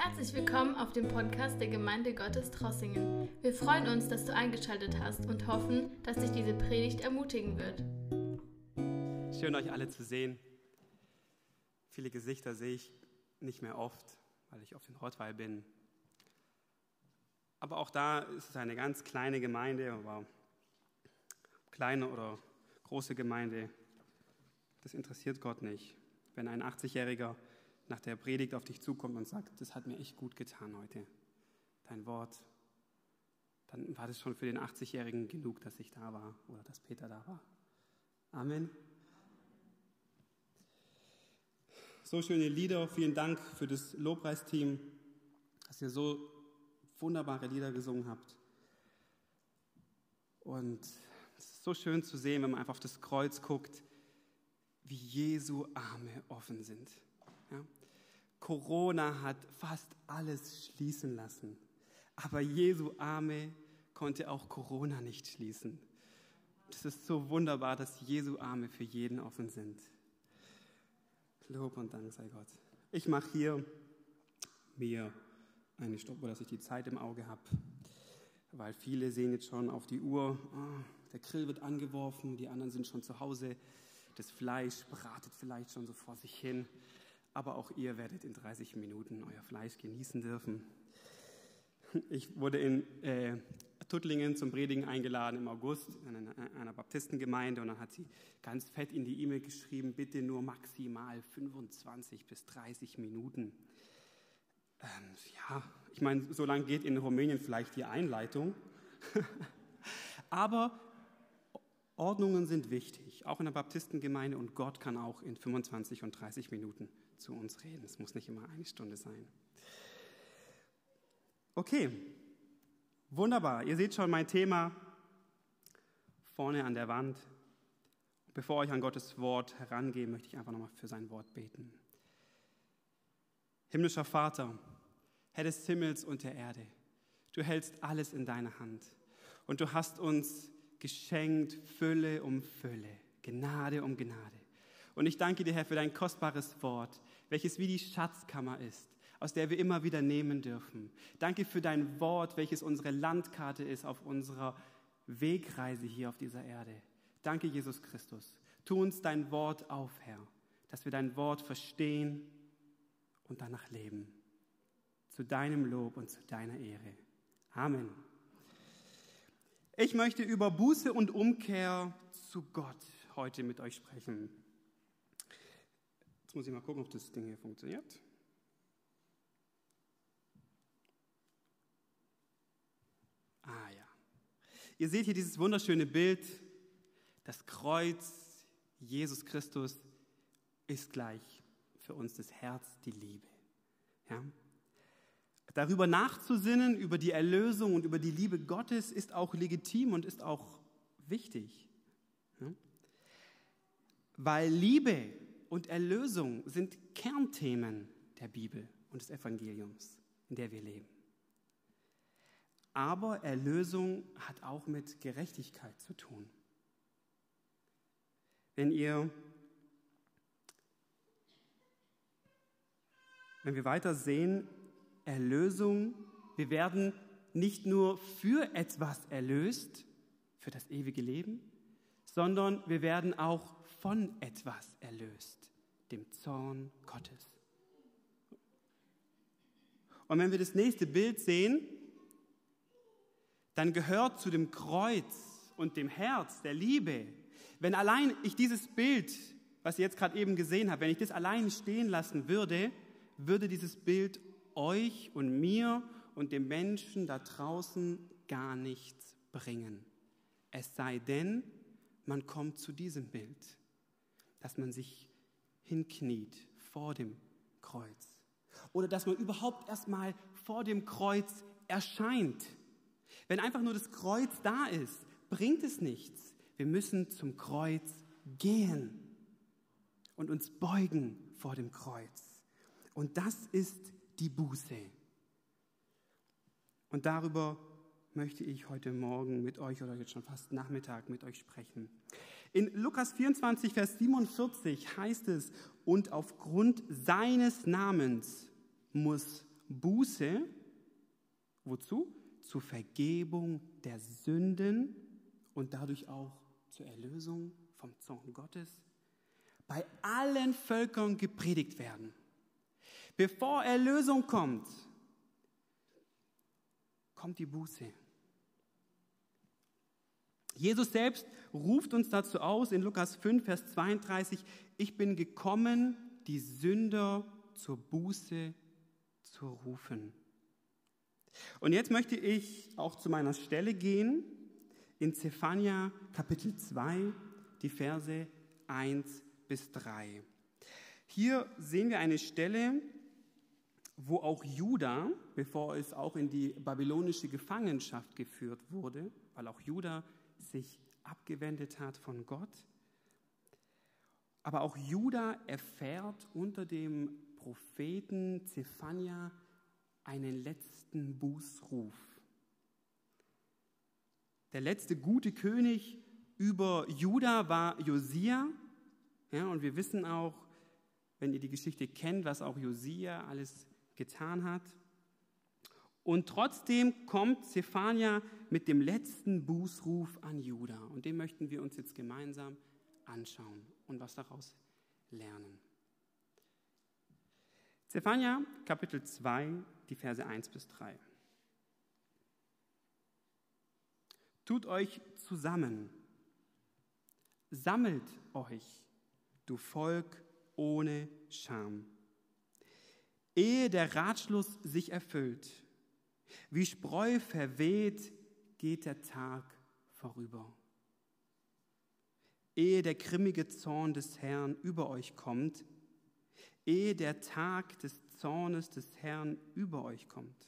Herzlich willkommen auf dem Podcast der Gemeinde Gottes Trossingen. Wir freuen uns, dass du eingeschaltet hast und hoffen, dass dich diese Predigt ermutigen wird. Schön, euch alle zu sehen. Viele Gesichter sehe ich nicht mehr oft, weil ich auf den Rottweil bin. Aber auch da ist es eine ganz kleine Gemeinde, aber kleine oder große Gemeinde, das interessiert Gott nicht. Wenn ein 80-Jähriger nach der Predigt auf dich zukommt und sagt, das hat mir echt gut getan heute, dein Wort, dann war das schon für den 80-Jährigen genug, dass ich da war oder dass Peter da war. Amen. So schöne Lieder, vielen Dank für das Lobpreisteam, dass ihr so wunderbare Lieder gesungen habt. Und es ist so schön zu sehen, wenn man einfach auf das Kreuz guckt, wie Jesu Arme offen sind. Ja? Corona hat fast alles schließen lassen, aber Jesu Arme konnte auch Corona nicht schließen. Es ist so wunderbar, dass Jesu Arme für jeden offen sind. Lob und Dank sei Gott. Ich mache hier mir eine Stoppuhr, dass ich die Zeit im Auge habe, weil viele sehen jetzt schon auf die Uhr, der Grill wird angeworfen, die anderen sind schon zu Hause, das Fleisch bratet vielleicht schon so vor sich hin, aber auch ihr werdet in 30 Minuten euer Fleisch genießen dürfen. Ich wurde in Tuttlingen zum Predigen eingeladen im August in einer Baptistengemeinde und dann hat sie ganz fett in die E-Mail geschrieben, bitte nur maximal 25 bis 30 Minuten. Ich meine, so lange geht in Rumänien vielleicht die Einleitung, aber Ordnungen sind wichtig, auch in der Baptistengemeinde, und Gott kann auch in 25 und 30 Minuten zu uns reden. Es muss nicht immer eine Stunde sein. Okay, wunderbar. Ihr seht schon mein Thema vorne an der Wand. Bevor ich an Gottes Wort herangehe, möchte ich einfach nochmal für sein Wort beten. Himmlischer Vater, Herr des Himmels und der Erde, du hältst alles in deiner Hand und du hast uns geschenkt Fülle um Fülle, Gnade um Gnade. Und ich danke dir, Herr, für dein kostbares Wort, welches wie die Schatzkammer ist, aus der wir immer wieder nehmen dürfen. Danke für dein Wort, welches unsere Landkarte ist auf unserer Wegreise hier auf dieser Erde. Danke, Jesus Christus. Tu uns dein Wort auf, Herr, dass wir dein Wort verstehen und danach leben. Zu deinem Lob und zu deiner Ehre. Amen. Ich möchte über Buße und Umkehr zu Gott heute mit euch sprechen. Jetzt muss ich mal gucken, ob das Ding hier funktioniert. Ja. Ihr seht hier dieses wunderschöne Bild. Das Kreuz, Jesus Christus, ist gleich für uns das Herz, die Liebe. Ja? Darüber nachzusinnen, über die Erlösung und über die Liebe Gottes, ist auch legitim und ist auch wichtig. Ja? Weil Liebe und Erlösung sind Kernthemen der Bibel und des Evangeliums, in der wir leben. Aber Erlösung hat auch mit Gerechtigkeit zu tun. Wenn wir weiter sehen, Erlösung, wir werden nicht nur für etwas erlöst, für das ewige Leben, sondern wir werden auch von etwas erlöst, dem Zorn Gottes. Und wenn wir das nächste Bild sehen, dann gehört zu dem Kreuz und dem Herz der Liebe, wenn allein ich dieses Bild, was ihr jetzt gerade eben gesehen habt, wenn ich das allein stehen lassen würde, würde dieses Bild euch und mir und dem Menschen da draußen gar nichts bringen. Es sei denn, man kommt zu diesem Bild, dass man sich hinkniet vor dem Kreuz oder dass man überhaupt erstmal vor dem Kreuz erscheint. Wenn einfach nur das Kreuz da ist, bringt es nichts. Wir müssen zum Kreuz gehen und uns beugen vor dem Kreuz. Und das ist die Buße. Und darüber möchte ich heute Morgen mit euch oder jetzt schon fast Nachmittag mit euch sprechen. In Lukas 24, Vers 47 heißt es, und aufgrund seines Namens muss Buße, wozu? Zur Vergebung der Sünden und dadurch auch zur Erlösung vom Zorn Gottes, bei allen Völkern gepredigt werden. Bevor Erlösung kommt, kommt die Buße. Jesus selbst ruft uns dazu aus in Lukas 5, Vers 32, ich bin gekommen, die Sünder zur Buße zu rufen. Und jetzt möchte ich auch zu meiner Stelle gehen, in Zephania Kapitel 2, die Verse 1 bis 3. Hier sehen wir eine Stelle, wo auch Juda, bevor es auch in die babylonische Gefangenschaft geführt wurde, weil auch Juda sich abgewendet hat von Gott, aber auch Juda erfährt unter dem Propheten Zephania einen letzten Bußruf. Der letzte gute König über Juda war Josia. Ja, und wir wissen auch, wenn ihr die Geschichte kennt, was auch Josia alles getan hat. Und trotzdem kommt Zephania mit dem letzten Bußruf an Juda. Und den möchten wir uns jetzt gemeinsam anschauen und was daraus lernen. Zephania, Kapitel 2, die Verse 1 bis 3. Tut euch zusammen, sammelt euch, du Volk ohne Scham. Ehe der Ratschluss sich erfüllt, wie Spreu verweht, geht der Tag vorüber. Ehe der grimmige Zorn des Herrn über euch kommt, ehe der Tag des Zornes des Herrn über euch kommt.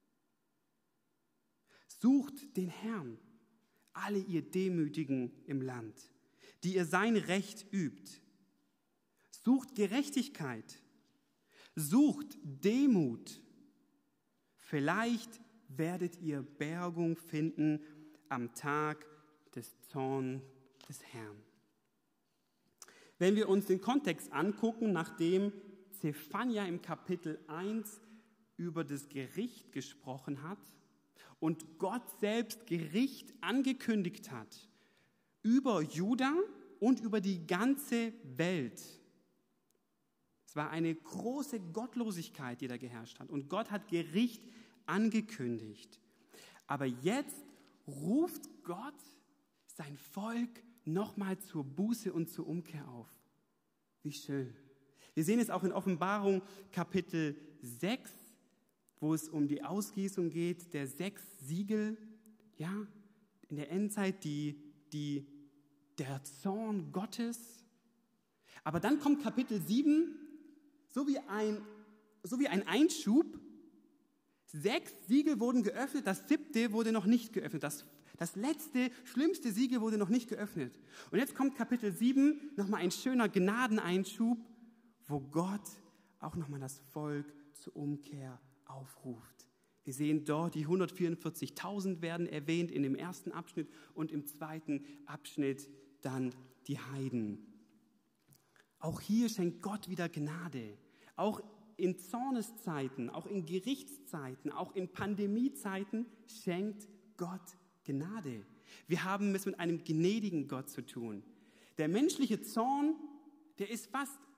Sucht den Herrn, alle ihr Demütigen im Land, die ihr sein Recht übt. Sucht Gerechtigkeit, sucht Demut. Vielleicht werdet ihr Bergung finden am Tag des Zorns des Herrn. Wenn wir uns den Kontext angucken, nachdem Zephania im Kapitel 1 über das Gericht gesprochen hat und Gott selbst Gericht angekündigt hat über Juda und über die ganze Welt. Es war eine große Gottlosigkeit, die da geherrscht hat. Und Gott hat Gericht angekündigt. Aber jetzt ruft Gott sein Volk nochmal zur Buße und zur Umkehr auf. Wie schön. Wir sehen es auch in Offenbarung Kapitel 6, wo es um die Ausgießung geht, der 6 Siegel, ja, in der Endzeit der Zorn Gottes. Aber dann kommt Kapitel 7, so wie ein Einschub. 6 Siegel wurden geöffnet, das 7. wurde noch nicht geöffnet. Das letzte, schlimmste Siegel wurde noch nicht geöffnet. Und jetzt kommt Kapitel 7, nochmal ein schöner Gnadeneinschub, wo Gott auch nochmal das Volk zur Umkehr aufruft. Wir sehen dort, die 144.000 werden erwähnt in dem ersten Abschnitt und im zweiten Abschnitt dann die Heiden. Auch hier schenkt Gott wieder Gnade. Auch in Zorneszeiten, auch in Gerichtszeiten, auch in Pandemiezeiten schenkt Gott Gnade. Wir haben es mit einem gnädigen Gott zu tun. Der menschliche Zorn, der ist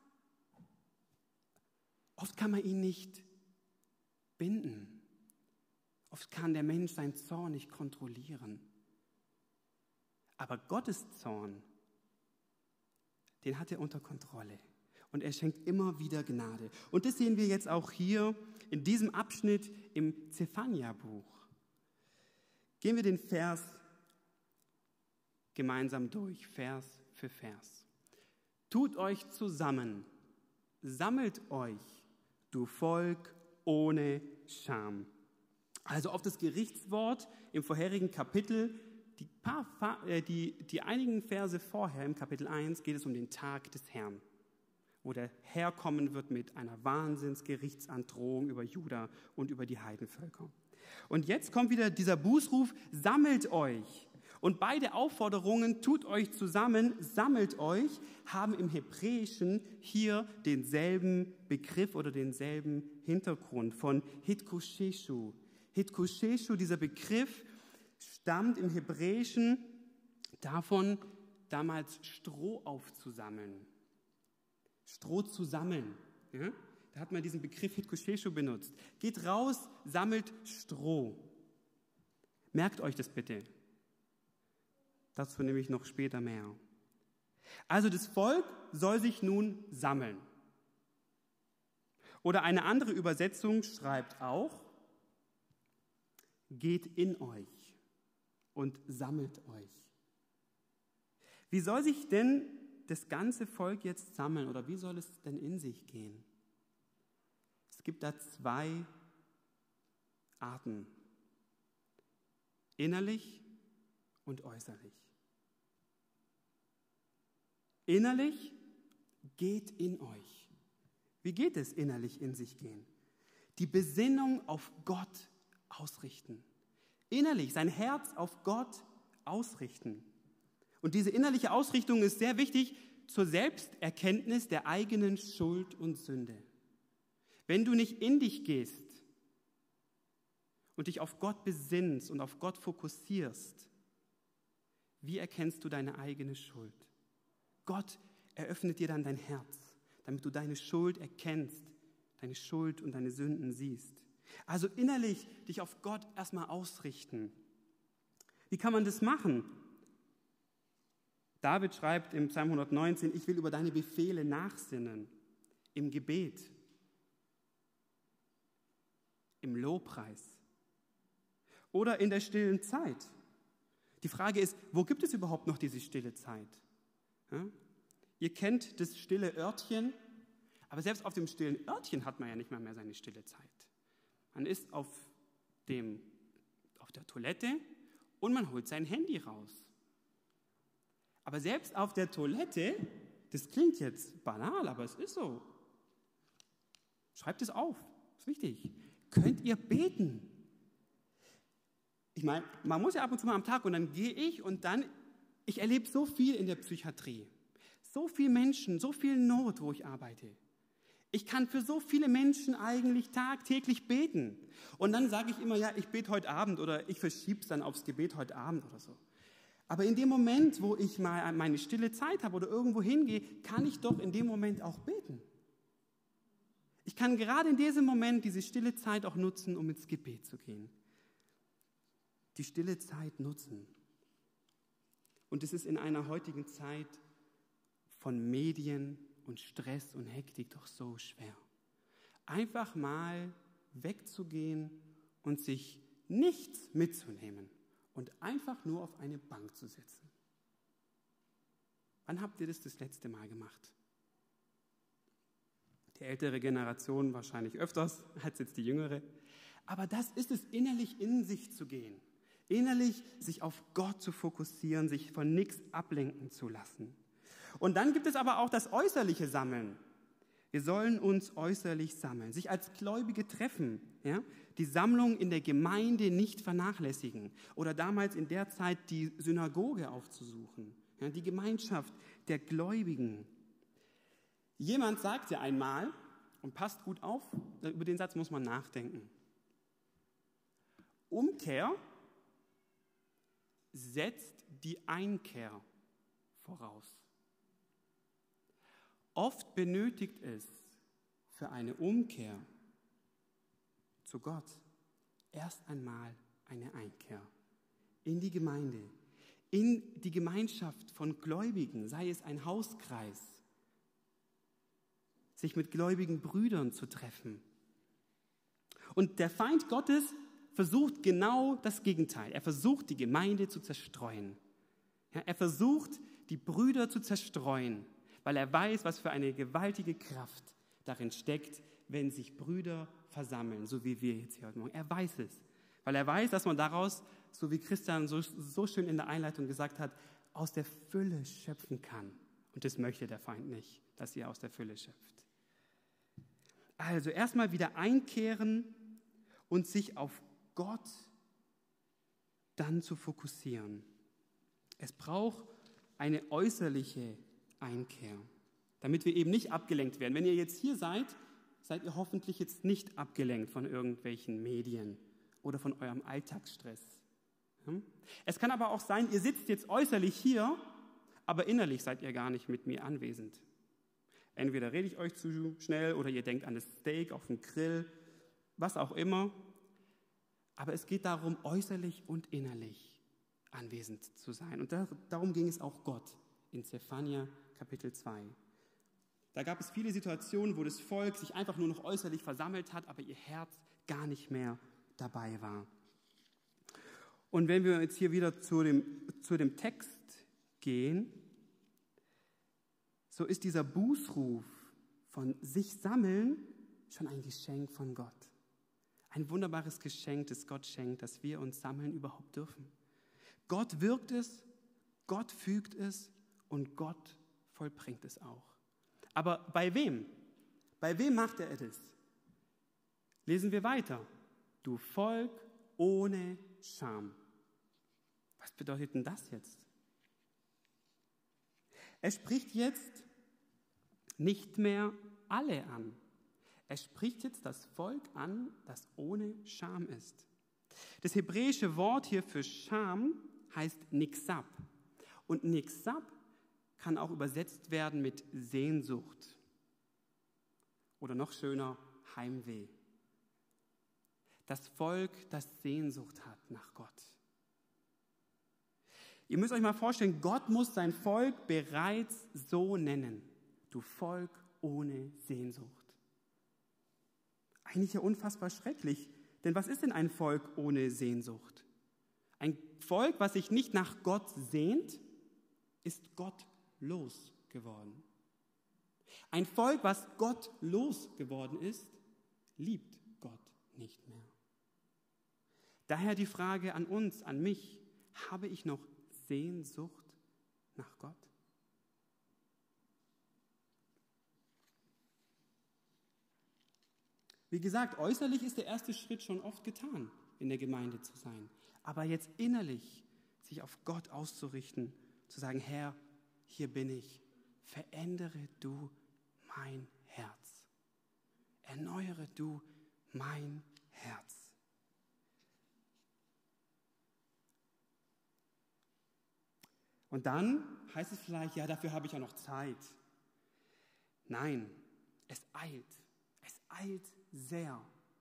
oft kann man ihn nicht binden. Oft kann der Mensch seinen Zorn nicht kontrollieren. Aber Gottes Zorn, den hat er unter Kontrolle. Und er schenkt immer wieder Gnade. Und das sehen wir jetzt auch hier in diesem Abschnitt im Zephania-Buch. Gehen wir den Vers gemeinsam durch, Vers für Vers. Tut euch zusammen, sammelt euch, du Volk ohne Scham. Also auf das Gerichtswort im vorherigen Kapitel, die einigen Verse vorher im Kapitel 1 geht es um den Tag des Herrn, wo der Herr kommen wird mit einer Wahnsinnsgerichtsandrohung über Juda und über die Heidenvölker. Und jetzt kommt wieder dieser Bußruf, sammelt euch. Und beide Aufforderungen, tut euch zusammen, sammelt euch, haben im Hebräischen hier denselben Begriff oder denselben Hintergrund von Hitkusheshu. Hitkusheshu, dieser Begriff, stammt im Hebräischen davon, damals Stroh aufzusammeln. Stroh zu sammeln. Ja? Da hat man diesen Begriff Hitkusheshu benutzt. Geht raus, sammelt Stroh. Merkt euch das bitte. Dazu nämlich noch später mehr. Also das Volk soll sich nun sammeln. Oder eine andere Übersetzung schreibt auch, geht in euch und sammelt euch. Wie soll sich denn das ganze Volk jetzt sammeln oder wie soll es denn in sich gehen? Es gibt da zwei Arten, innerlich und äußerlich. Innerlich geht in euch. Wie geht es innerlich in sich gehen? Die Besinnung auf Gott ausrichten. Innerlich sein Herz auf Gott ausrichten. Und diese innerliche Ausrichtung ist sehr wichtig zur Selbsterkenntnis der eigenen Schuld und Sünde. Wenn du nicht in dich gehst und dich auf Gott besinnst und auf Gott fokussierst, wie erkennst du deine eigene Schuld? Gott eröffnet dir dann dein Herz, damit du deine Schuld erkennst, deine Schuld und deine Sünden siehst. Also innerlich dich auf Gott erstmal ausrichten. Wie kann man das machen? David schreibt im Psalm 119, ich will über deine Befehle nachsinnen, im Gebet, im Lobpreis oder in der stillen Zeit. Die Frage ist, wo gibt es überhaupt noch diese stille Zeit? Ja? Ihr kennt das stille Örtchen, aber selbst auf dem stillen Örtchen hat man ja nicht mal mehr seine stille Zeit. Man ist auf der Toilette und man holt sein Handy raus. Aber selbst auf der Toilette, das klingt jetzt banal, aber es ist so. Schreibt es auf, ist wichtig. Könnt ihr beten? Ich meine, man muss ja ab und zu mal am Tag und dann gehe ich und ich erlebe so viel in der Psychiatrie. So viele Menschen, so viel Not, wo ich arbeite. Ich kann für so viele Menschen eigentlich tagtäglich beten. Und dann sage ich immer, ja, ich bete heute Abend oder ich verschiebe es dann aufs Gebet heute Abend oder so. Aber in dem Moment, wo ich mal meine stille Zeit habe oder irgendwo hingehe, kann ich doch in dem Moment auch beten. Ich kann gerade in diesem Moment diese stille Zeit auch nutzen, um ins Gebet zu gehen. Die stille Zeit nutzen. Und es ist in einer heutigen Zeit von Medien und Stress und Hektik doch so schwer. Einfach mal wegzugehen und sich nichts mitzunehmen und einfach nur auf eine Bank zu setzen. Wann habt ihr das letzte Mal gemacht? Die ältere Generation wahrscheinlich öfters als jetzt die jüngere. Aber das ist es, innerlich in sich zu gehen. Innerlich sich auf Gott zu fokussieren, sich von nichts ablenken zu lassen. Und dann gibt es aber auch das äußerliche Sammeln. Wir sollen uns äußerlich sammeln, sich als Gläubige treffen, ja? Die Sammlung in der Gemeinde nicht vernachlässigen oder damals in der Zeit die Synagoge aufzusuchen, ja? Die Gemeinschaft der Gläubigen. Jemand sagte einmal, und passt gut auf, über den Satz muss man nachdenken, Umkehr setzt die Einkehr voraus. Oft benötigt es für eine Umkehr zu Gott erst einmal eine Einkehr in die Gemeinde, in die Gemeinschaft von Gläubigen, sei es ein Hauskreis, sich mit gläubigen Brüdern zu treffen. Und der Feind Gottes versucht genau das Gegenteil. Er versucht, die Gemeinde zu zerstreuen. Ja, er versucht, die Brüder zu zerstreuen, weil er weiß, was für eine gewaltige Kraft darin steckt, wenn sich Brüder versammeln, so wie wir jetzt hier heute Morgen. Er weiß es, weil er weiß, dass man daraus, so wie Christian so schön in der Einleitung gesagt hat, aus der Fülle schöpfen kann. Und das möchte der Feind nicht, dass ihr aus der Fülle schöpft. Also erstmal wieder einkehren und sich auf Gott dann zu fokussieren. Es braucht eine äußerliche Einkehr, damit wir eben nicht abgelenkt werden. Wenn ihr jetzt hier seid, seid ihr hoffentlich jetzt nicht abgelenkt von irgendwelchen Medien oder von eurem Alltagsstress. Es kann aber auch sein, ihr sitzt jetzt äußerlich hier, aber innerlich seid ihr gar nicht mit mir anwesend. Entweder rede ich euch zu schnell oder ihr denkt an das Steak auf dem Grill, was auch immer. Aber es geht darum, äußerlich und innerlich anwesend zu sein. Und darum ging es auch Gott in Zephania Kapitel 2. Da gab es viele Situationen, wo das Volk sich einfach nur noch äußerlich versammelt hat, aber ihr Herz gar nicht mehr dabei war. Und wenn wir jetzt hier wieder zu dem Text gehen, so ist dieser Bußruf von sich sammeln schon ein Geschenk von Gott. Ein wunderbares Geschenk, das Gott schenkt, dass wir uns sammeln überhaupt dürfen. Gott wirkt es, Gott fügt es und Gott vollbringt es auch. Aber bei wem? Bei wem macht er es? Lesen wir weiter. Du Volk ohne Scham. Was bedeutet denn das jetzt? Er spricht jetzt nicht mehr alle an. Er spricht jetzt das Volk an, das ohne Scham ist. Das hebräische Wort hier für Scham heißt Nixab. Und Nixab kann auch übersetzt werden mit Sehnsucht. Oder noch schöner, Heimweh. Das Volk, das Sehnsucht hat nach Gott. Ihr müsst euch mal vorstellen, Gott muss sein Volk bereits so nennen. Du Volk ohne Sehnsucht. Eigentlich ja unfassbar schrecklich. Denn was ist denn ein Volk ohne Sehnsucht? Ein Volk, was sich nicht nach Gott sehnt, ist gottlos geworden. Ein Volk, was gottlos geworden ist, liebt Gott nicht mehr. Daher die Frage an uns, an mich, habe ich noch Sehnsucht nach Gott? Wie gesagt, äußerlich ist der erste Schritt schon oft getan, in der Gemeinde zu sein. Aber jetzt innerlich sich auf Gott auszurichten, zu sagen, Herr, hier bin ich, verändere du mein Herz. Erneuere du mein Herz. Und dann heißt es vielleicht, ja, dafür habe ich ja noch Zeit. Nein, es eilt. Es eilt sehr.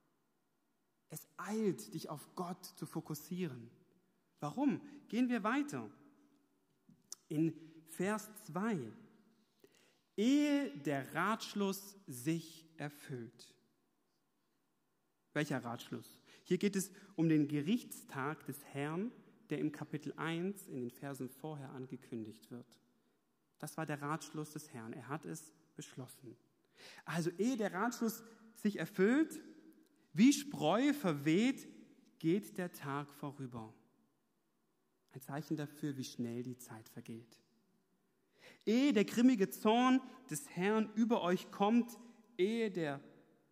Es eilt, dich auf Gott zu fokussieren. Warum? Gehen wir weiter. In Vers 2. Ehe der Ratschluss sich erfüllt. Welcher Ratschluss? Hier geht es um den Gerichtstag des Herrn, der im Kapitel 1 in den Versen vorher angekündigt wird. Das war der Ratschluss des Herrn. Er hat es beschlossen. Also ehe der Ratschluss sich erfüllt, wie Spreu verweht, geht der Tag vorüber. Ein Zeichen dafür, wie schnell die Zeit vergeht. Ehe der grimmige Zorn des Herrn über euch kommt, ehe der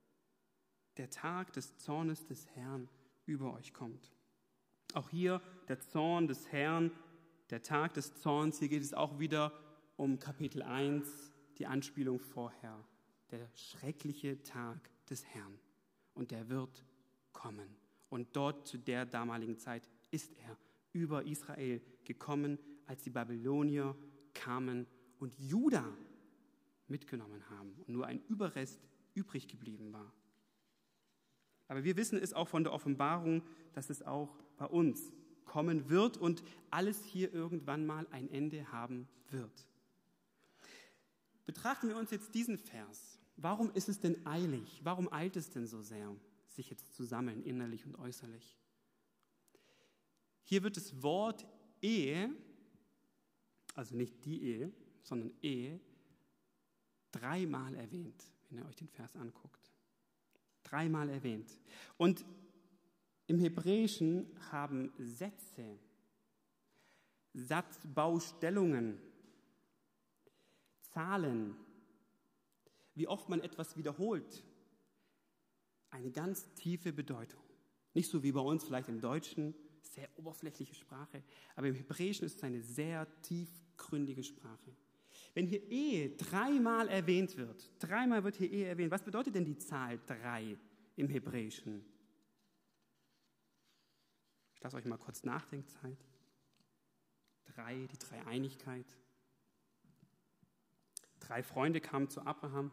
Tag des Zornes des Herrn über euch kommt. Auch hier der Zorn des Herrn, der Tag des Zorns. Hier geht es auch wieder um Kapitel 1, die Anspielung vorher. Der schreckliche Tag des Herrn. Und der wird kommen. Und dort zu der damaligen Zeit ist er über Israel gekommen, als die Babylonier kamen und Juda mitgenommen haben und nur ein Überrest übrig geblieben war. Aber wir wissen es auch von der Offenbarung, dass es auch bei uns kommen wird und alles hier irgendwann mal ein Ende haben wird. Betrachten wir uns jetzt diesen Vers. Warum ist es denn eilig? Warum eilt es denn so sehr, sich jetzt zu sammeln, innerlich und äußerlich? Hier wird das Wort Ehe, also nicht die Ehe, sondern Ehe, 3-mal erwähnt, wenn ihr euch den Vers anguckt. 3-mal erwähnt. Und im Hebräischen haben Sätze, Satzbaustellungen, Zahlen, wie oft man etwas wiederholt, eine ganz tiefe Bedeutung. Nicht so wie bei uns vielleicht im Deutschen, sehr oberflächliche Sprache, aber im Hebräischen ist es eine sehr tiefgründige Sprache. Wenn hier Ehe 3-mal erwähnt wird, 3-mal wird hier Ehe erwähnt, was bedeutet denn die Zahl 3 im Hebräischen? Ich lasse euch mal kurz Nachdenkzeit. 3, die Dreieinigkeit. 3 Freunde kamen zu Abraham.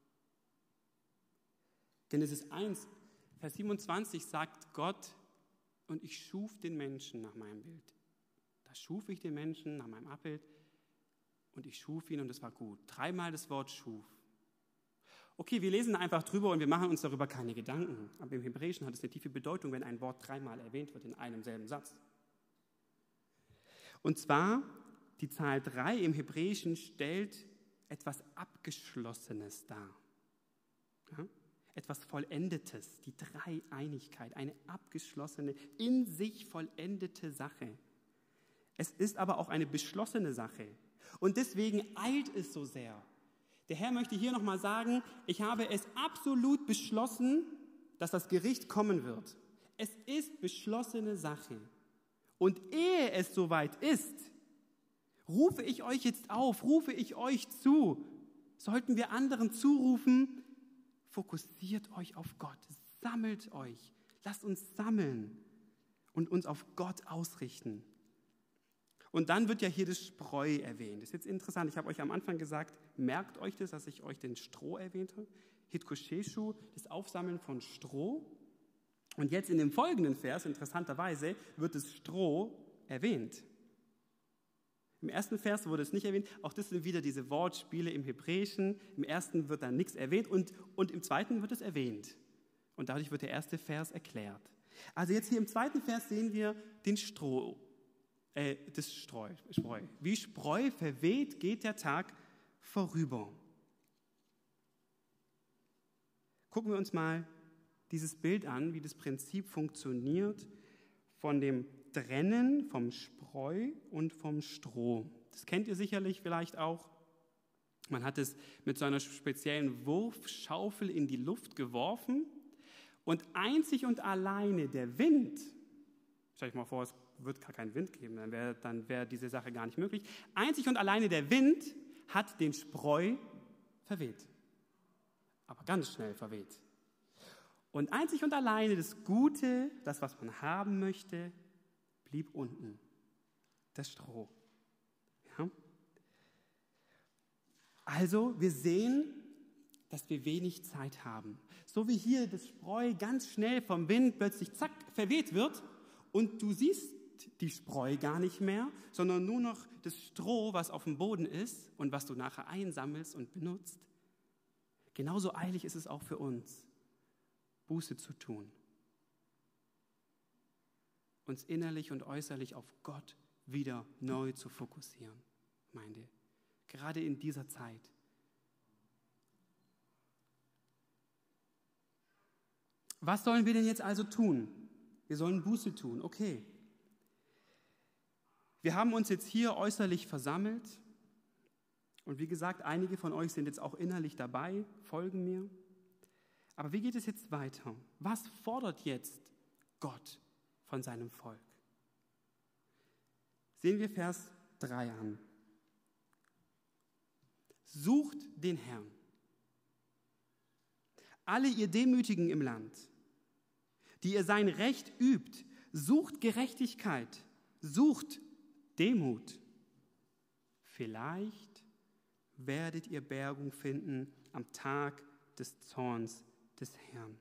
Genesis 1, Vers 27 sagt Gott, und ich schuf den Menschen nach meinem Bild. Da schuf ich den Menschen nach meinem Abbild und ich schuf ihn und es war gut. 3-mal das Wort schuf. Okay, wir lesen einfach drüber und wir machen uns darüber keine Gedanken. Aber im Hebräischen hat es eine tiefe Bedeutung, wenn ein Wort 3-mal erwähnt wird in einem selben Satz. Und zwar, die Zahl 3 im Hebräischen stellt etwas Abgeschlossenes dar. Ja? Etwas Vollendetes, die Dreieinigkeit, eine abgeschlossene, in sich vollendete Sache. Es ist aber auch eine beschlossene Sache. Und deswegen eilt es so sehr. Der Herr möchte hier nochmal sagen, ich habe es absolut beschlossen, dass das Gericht kommen wird. Es ist beschlossene Sache. Und ehe es soweit ist, rufe ich euch jetzt auf, rufe ich euch zu. Sollten wir anderen zurufen, fokussiert euch auf Gott, sammelt euch, lasst uns sammeln und uns auf Gott ausrichten. Und dann wird ja hier das Spreu erwähnt. Das ist jetzt interessant, ich habe euch am Anfang gesagt, merkt euch das, dass ich euch den Stroh erwähnt habe. Hitkosheshu, das Aufsammeln von Stroh. Und jetzt in dem folgenden Vers, interessanterweise, wird das Stroh erwähnt. Im ersten Vers wurde es nicht erwähnt. Auch das sind wieder diese Wortspiele im Hebräischen. Im ersten wird dann nichts erwähnt und im zweiten wird es erwähnt. Und dadurch wird der erste Vers erklärt. Also jetzt hier im zweiten Vers sehen wir den das Spreu. Wie Spreu verweht, geht der Tag vorüber. Gucken wir uns mal dieses Bild an, wie das Prinzip funktioniert von dem Trennen vom Spreu und vom Stroh. Das kennt ihr sicherlich vielleicht auch. Man hat es mit so einer speziellen Wurfschaufel in die Luft geworfen und einzig und alleine der Wind, stell euch mal vor, es wird gar keinen Wind geben, dann wäre diese Sache gar nicht möglich. Einzig und alleine der Wind hat den Spreu verweht, aber ganz schnell verweht. Und einzig und alleine das Gute, das, was man haben möchte, blieb unten, das Stroh. Ja? Also wir sehen, dass wir wenig Zeit haben. So wie hier das Spreu ganz schnell vom Wind plötzlich zack verweht wird und du siehst die Spreu gar nicht mehr, sondern nur noch das Stroh, was auf dem Boden ist und was du nachher einsammelst und benutzt. Genauso eilig ist es auch für uns, Buße zu tun. Uns innerlich und äußerlich auf Gott wieder neu zu fokussieren, Gemeinde. Gerade in dieser Zeit. Was sollen wir denn jetzt also tun? Wir sollen Buße tun, okay. Wir haben uns jetzt hier äußerlich versammelt und wie gesagt, einige von euch sind jetzt auch innerlich dabei, folgen mir. Aber wie geht es jetzt weiter? Was fordert jetzt Gott von seinem Volk? Sehen wir Vers 3 an. Sucht den Herrn, alle ihr Demütigen im Land, die ihr sein Recht übt, sucht Gerechtigkeit, sucht Demut. Vielleicht werdet ihr Bergung finden am Tag des Zorns des Herrn.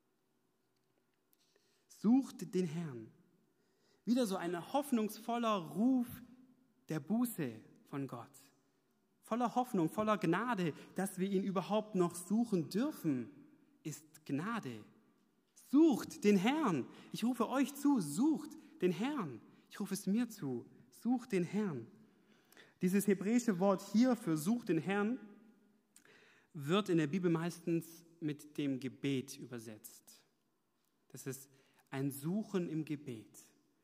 Sucht den Herrn. Wieder so ein hoffnungsvoller Ruf der Buße von Gott. Voller Hoffnung, voller Gnade, dass wir ihn überhaupt noch suchen dürfen, ist Gnade. Sucht den Herrn. Ich rufe euch zu, sucht den Herrn. Ich rufe es mir zu, sucht den Herrn. Dieses hebräische Wort hier für sucht den Herrn wird in der Bibel meistens mit dem Gebet übersetzt. Das ist ein Suchen im Gebet.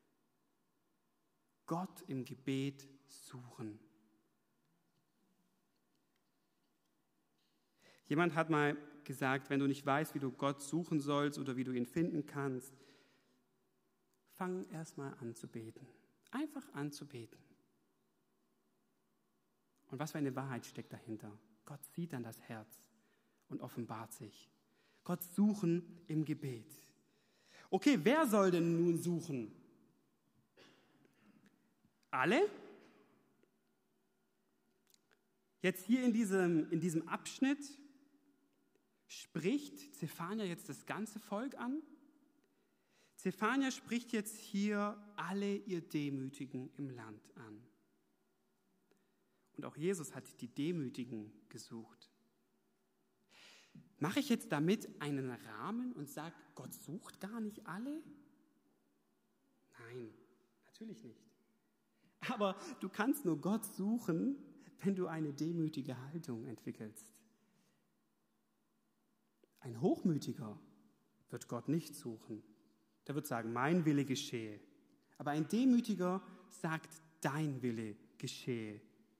Gott im Gebet suchen. Jemand hat mal gesagt, wenn du nicht weißt, wie du Gott suchen sollst oder wie du ihn finden kannst, fang erstmal an zu beten. Einfach an zu beten. Und was für eine Wahrheit steckt dahinter? Gott sieht dann das Herz und offenbart sich. Gott suchen im Gebet. Okay, wer soll denn nun suchen? Alle? Jetzt hier in diesem Abschnitt spricht Zephania jetzt das ganze Volk an. Zephania spricht jetzt hier alle ihr Demütigen im Land an. Und auch Jesus hat die Demütigen gesucht. Mache ich jetzt damit einen Rahmen und sage, Gott sucht gar nicht alle? Nein, natürlich nicht. Aber du kannst nur Gott suchen, wenn du eine demütige Haltung entwickelst. Ein Hochmütiger wird Gott nicht suchen. Der wird sagen, mein Wille geschehe. Aber ein Demütiger sagt, dein Wille geschehe.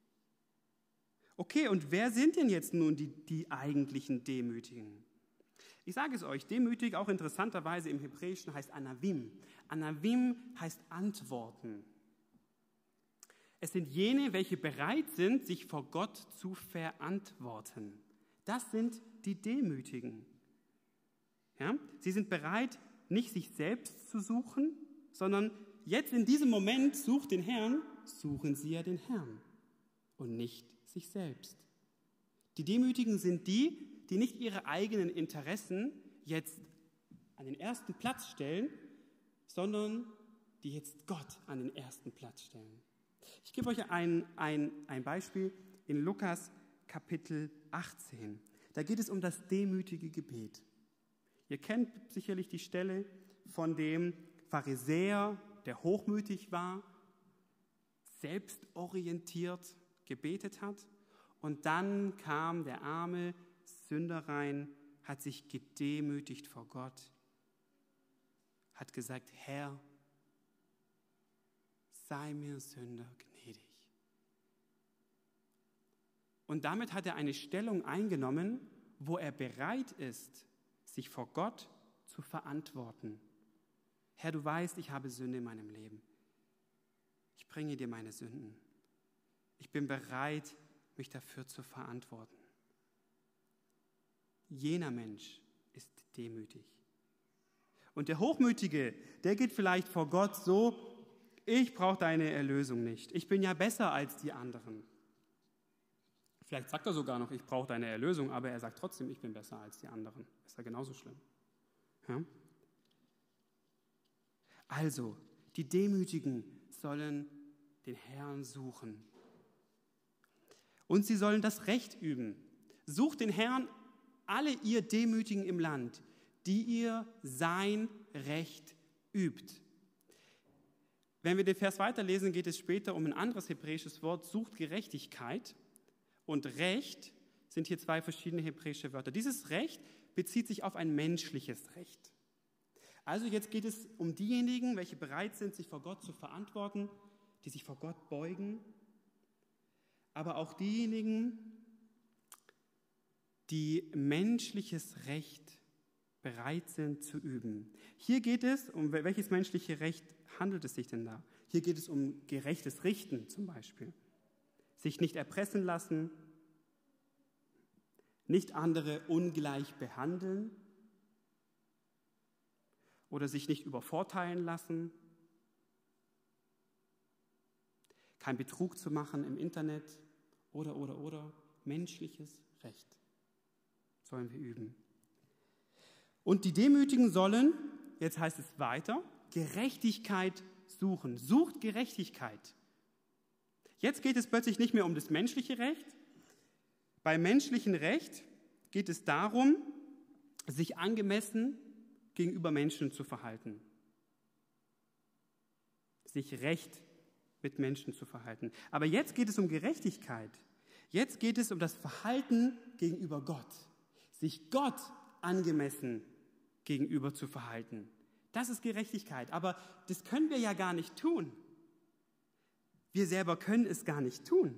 Okay, und wer sind denn jetzt nun die eigentlichen Demütigen? Ich sage es euch, demütig, auch interessanterweise im Hebräischen, heißt Anavim. Anavim heißt antworten. Es sind jene, welche bereit sind, sich vor Gott zu verantworten. Das sind die Demütigen. Ja? Sie sind bereit, nicht sich selbst zu suchen, sondern jetzt in diesem Moment suchen sie ja den Herrn und nicht sich selbst. Die Demütigen sind die nicht ihre eigenen Interessen jetzt an den ersten Platz stellen, sondern die jetzt Gott an den ersten Platz stellen. Ich gebe euch ein Beispiel in Lukas Kapitel 18. Da geht es um das demütige Gebet. Ihr kennt sicherlich die Stelle von dem Pharisäer, der hochmütig war, selbstorientiert gebetet hat. Und dann kam der arme Sünder rein, hat sich gedemütigt vor Gott, hat gesagt, Herr, sei mir Sünder gnädig. Und damit hat er eine Stellung eingenommen, wo er bereit ist, sich vor Gott zu verantworten. Herr, du weißt, ich habe Sünde in meinem Leben. Ich bringe dir meine Sünden. Ich bin bereit, mich dafür zu verantworten. Jener Mensch ist demütig. Und der Hochmütige, der geht vielleicht vor Gott so, ich brauche deine Erlösung nicht. Ich bin ja besser als die anderen. Vielleicht sagt er sogar noch, ich brauche deine Erlösung, aber er sagt trotzdem, ich bin besser als die anderen. Ist ja genauso schlimm. Ja? Also, die Demütigen sollen den Herrn suchen. Und sie sollen das Recht üben. Sucht den Herrn, alle ihr Demütigen im Land, die ihr sein Recht übt. Wenn wir den Vers weiterlesen, geht es später um ein anderes hebräisches Wort, sucht Gerechtigkeit. Und Recht sind hier zwei verschiedene hebräische Wörter. Dieses Recht bezieht sich auf ein menschliches Recht. Also jetzt geht es um diejenigen, welche bereit sind, sich vor Gott zu verantworten, die sich vor Gott beugen, aber auch diejenigen, die menschliches Recht bereit sind zu üben. Hier geht es, um welches menschliche Recht handelt es sich denn da? Hier geht es um gerechtes Richten zum Beispiel. Sich nicht erpressen lassen, nicht andere ungleich behandeln oder sich nicht übervorteilen lassen, kein Betrug zu machen im Internet oder menschliches Recht sollen wir üben. Und die Demütigen sollen, jetzt heißt es weiter, Gerechtigkeit suchen. Sucht Gerechtigkeit. Jetzt geht es plötzlich nicht mehr um das menschliche Recht. Beim menschlichen Recht geht es darum, sich angemessen gegenüber Menschen zu verhalten. Sich recht mit Menschen zu verhalten. Aber jetzt geht es um Gerechtigkeit. Jetzt geht es um das Verhalten gegenüber Gott. Sich Gott angemessen gegenüber zu verhalten. Das ist Gerechtigkeit. Aber das können wir ja gar nicht tun. Wir selber können es gar nicht tun.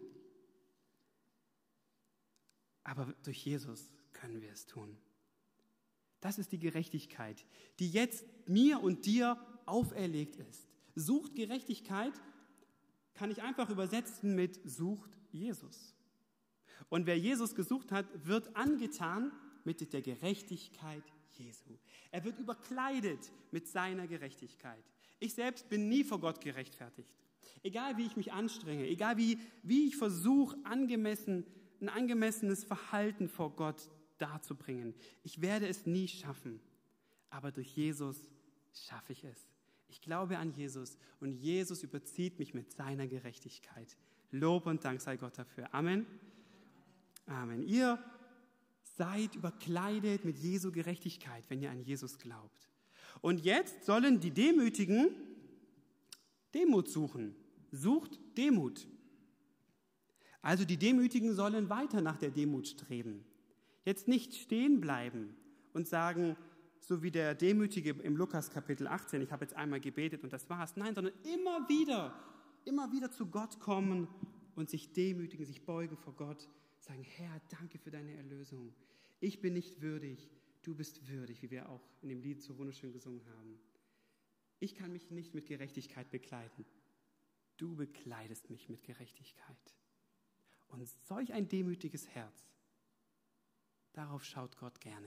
Aber durch Jesus können wir es tun. Das ist die Gerechtigkeit, die jetzt mir und dir auferlegt ist. Sucht Gerechtigkeit kann ich einfach übersetzen mit sucht Jesus. Und wer Jesus gesucht hat, wird angetan mit der Gerechtigkeit Jesu. Er wird überkleidet mit seiner Gerechtigkeit. Ich selbst bin nie vor Gott gerechtfertigt. Egal wie ich mich anstrenge, egal wie ich versuche, ein angemessenes Verhalten vor Gott darzubringen. Ich werde es nie schaffen. Aber durch Jesus schaffe ich es. Ich glaube an Jesus und Jesus überzieht mich mit seiner Gerechtigkeit. Lob und Dank sei Gott dafür. Amen. Amen. Ihr seid überkleidet mit Jesu Gerechtigkeit, wenn ihr an Jesus glaubt. Und jetzt sollen die Demütigen Demut suchen. Sucht Demut. Also die Demütigen sollen weiter nach der Demut streben. Jetzt nicht stehen bleiben und sagen, so wie der Demütige im Lukas Kapitel 18, ich habe jetzt einmal gebetet und das war's. Nein, sondern immer wieder zu Gott kommen und sich demütigen, sich beugen vor Gott, sagen, Herr, danke für deine Erlösung. Ich bin nicht würdig, du bist würdig, wie wir auch in dem Lied so wunderschön gesungen haben. Ich kann mich nicht mit Gerechtigkeit bekleiden. Du bekleidest mich mit Gerechtigkeit. Und solch ein demütiges Herz, darauf schaut Gott gerne.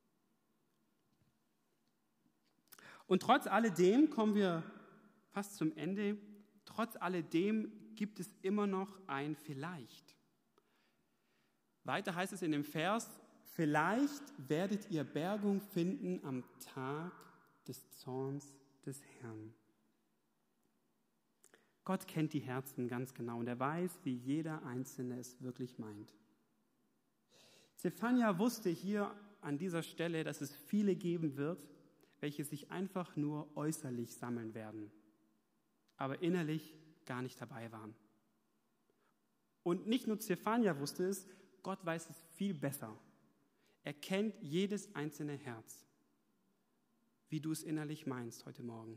Und trotz alledem kommen wir fast zum Ende. Trotz alledem gibt es immer noch ein Vielleicht. Weiter heißt es in dem Vers, vielleicht werdet ihr Bergung finden am Tag des Zorns des Herrn. Gott kennt die Herzen ganz genau und er weiß, wie jeder Einzelne es wirklich meint. Zephania wusste hier an dieser Stelle, dass es viele geben wird, welche sich einfach nur äußerlich sammeln werden, aber innerlich gar nicht dabei waren. Und nicht nur Zephania wusste es, Gott weiß es viel besser. Er kennt jedes einzelne Herz, wie du es innerlich meinst heute Morgen.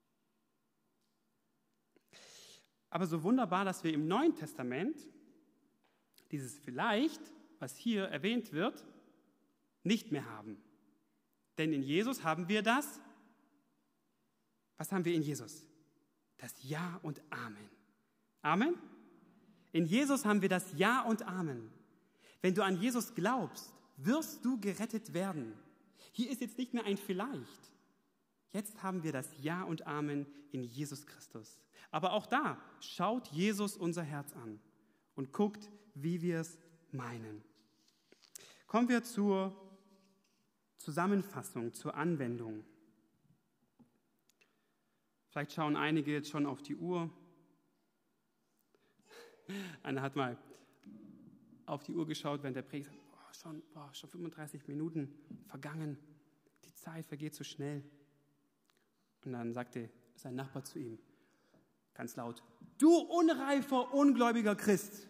Aber so wunderbar, dass wir im Neuen Testament dieses vielleicht, was hier erwähnt wird, nicht mehr haben. Denn in Jesus haben wir das. Was haben wir in Jesus? Das Ja und Amen. Amen? In Jesus haben wir das Ja und Amen. Wenn du an Jesus glaubst, wirst du gerettet werden. Hier ist jetzt nicht mehr ein Vielleicht. Jetzt haben wir das Ja und Amen in Jesus Christus. Aber auch da schaut Jesus unser Herz an und guckt, wie wir es meinen. Kommen wir zur Zusammenfassung, zur Anwendung. Vielleicht schauen einige jetzt schon auf die Uhr. Einer hat mal auf die Uhr geschaut, während der Predigt sagt, schon 35 Minuten vergangen. Die Zeit vergeht so schnell. Und dann sagte sein Nachbar zu ihm, ganz laut, du unreifer, ungläubiger Christ.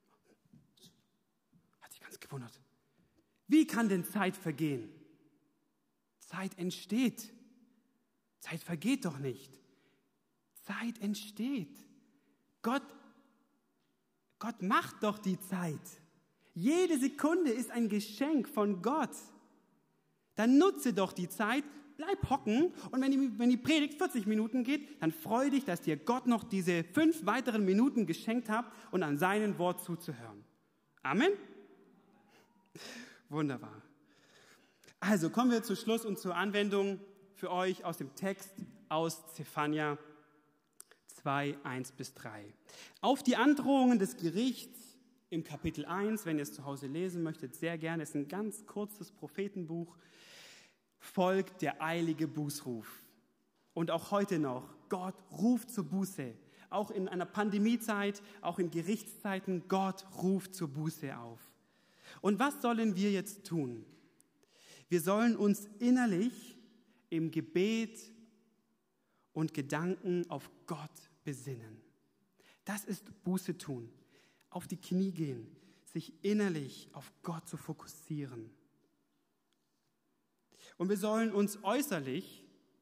Hat sich ganz gewundert. Wie kann denn Zeit vergehen? Zeit entsteht. Zeit vergeht doch nicht. Zeit entsteht. Gott macht doch die Zeit. Jede Sekunde ist ein Geschenk von Gott. Dann nutze doch die Zeit, bleib hocken und wenn die Predigt 40 Minuten geht, dann freu dich, dass dir Gott noch diese 5 weiteren Minuten geschenkt hat und an seinem Wort zuzuhören. Amen? Wunderbar. Also kommen wir zu Schluss und zur Anwendung für euch aus dem Text aus Zephania 2, 1-3. Auf die Androhungen des Gerichts im Kapitel 1, wenn ihr es zu Hause lesen möchtet, sehr gerne, ist ein ganz kurzes Prophetenbuch, folgt der eilige Bußruf. Und auch heute noch, Gott ruft zur Buße. Auch in einer Pandemiezeit, auch in Gerichtszeiten, Gott ruft zur Buße auf. Und was sollen wir jetzt tun? Wir sollen uns innerlich im Gebet und Gedanken auf Gott besinnen. Das ist Buße tun. Auf die Knie gehen, sich innerlich auf Gott zu fokussieren. Und wir sollen uns äußerlich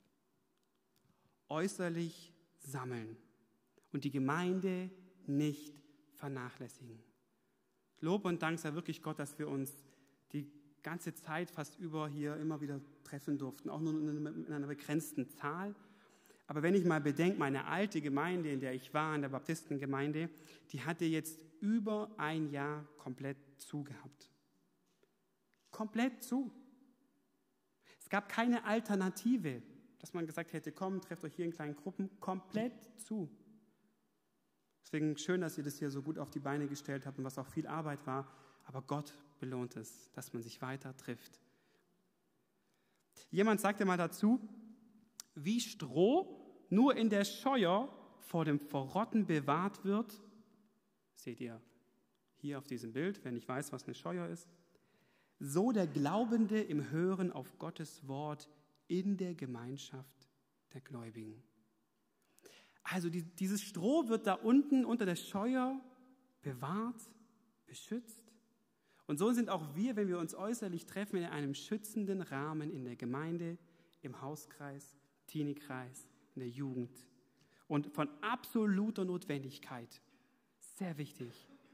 sammeln und die Gemeinde nicht vernachlässigen. Lob und Dank sei wirklich Gott, dass wir uns die ganze Zeit fast über hier immer wieder treffen durften, auch nur in einer begrenzten Zahl. Aber wenn ich mal bedenke, meine alte Gemeinde, in der ich war, in der Baptistengemeinde, die hatte jetzt über ein Jahr komplett zu gehabt. Komplett zu. Es gab keine Alternative, dass man gesagt hätte, komm, trefft euch hier in kleinen Gruppen, komplett zu. Deswegen schön, dass ihr das hier so gut auf die Beine gestellt habt und was auch viel Arbeit war, aber Gott belohnt es, dass man sich weiter trifft. Jemand sagte mal dazu, wie Stroh nur in der Scheuer vor dem Verrotten bewahrt wird, seht ihr hier auf diesem Bild, wenn ich weiß, was eine Scheuer ist, so der Glaubende im Hören auf Gottes Wort in der Gemeinschaft der Gläubigen. Also dieses Stroh wird da unten unter der Scheuer bewahrt, beschützt. Und so sind auch wir, wenn wir uns äußerlich treffen, in einem schützenden Rahmen in der Gemeinde, im Hauskreis, Teenie-Kreis, in der Jugend. Und von absoluter Notwendigkeit. Sehr wichtig.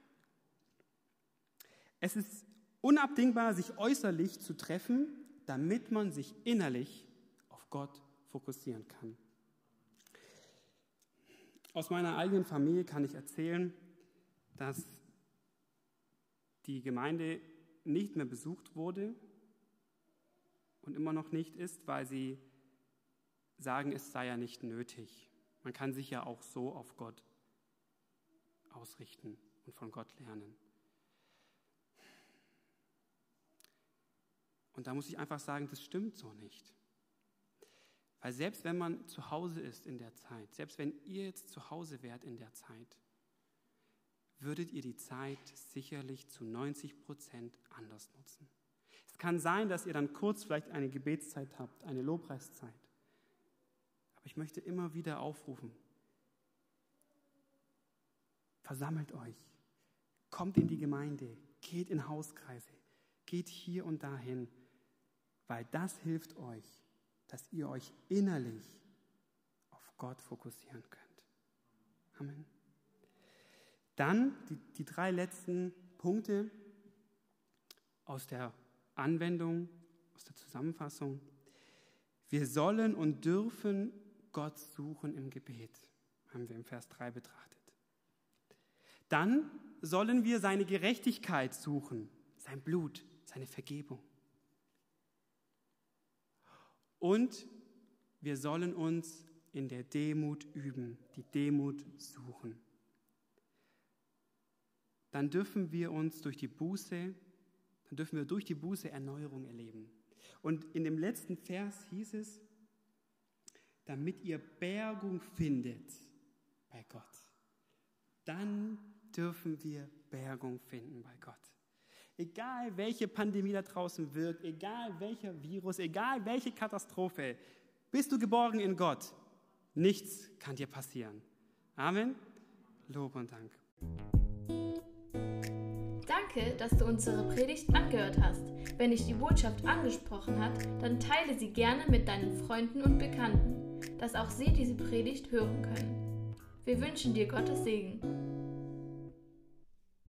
Es ist unabdingbar, sich äußerlich zu treffen, damit man sich innerlich auf Gott fokussieren kann. Aus meiner eigenen Familie kann ich erzählen, dass die Gemeinde nicht mehr besucht wurde und immer noch nicht ist, weil sie sagen, es sei ja nicht nötig. Man kann sich ja auch so auf Gott ausrichten und von Gott lernen. Und da muss ich einfach sagen, das stimmt so nicht. Weil selbst wenn man zu Hause ist in der Zeit, selbst wenn ihr jetzt zu Hause wärt in der Zeit, würdet ihr die Zeit sicherlich zu 90% anders nutzen. Es kann sein, dass ihr dann kurz vielleicht eine Gebetszeit habt, eine Lobpreiszeit. Aber ich möchte immer wieder aufrufen, versammelt euch, kommt in die Gemeinde, geht in Hauskreise, geht hier und dahin, weil das hilft euch, dass ihr euch innerlich auf Gott fokussieren könnt. Amen. Dann die 3 letzten Punkte aus der Anwendung, aus der Zusammenfassung. Wir sollen und dürfen Gott suchen im Gebet, haben wir im Vers 3 betrachtet. Dann sollen wir seine Gerechtigkeit suchen, sein Blut, seine Vergebung. Und wir sollen uns in der Demut üben, die Demut suchen. Dann dürfen wir durch die Buße Erneuerung erleben. Und in dem letzten Vers hieß es, damit ihr Bergung findet bei Gott. Dann dürfen wir Bergung finden bei Gott. Egal welche Pandemie da draußen wirkt, egal welcher Virus, egal welche Katastrophe, bist du geborgen in Gott. Nichts kann dir passieren. Amen. Lob und Dank. Danke, dass du unsere Predigt angehört hast. Wenn dich die Botschaft angesprochen hat, dann teile sie gerne mit deinen Freunden und Bekannten, dass auch sie diese Predigt hören können. Wir wünschen dir Gottes Segen.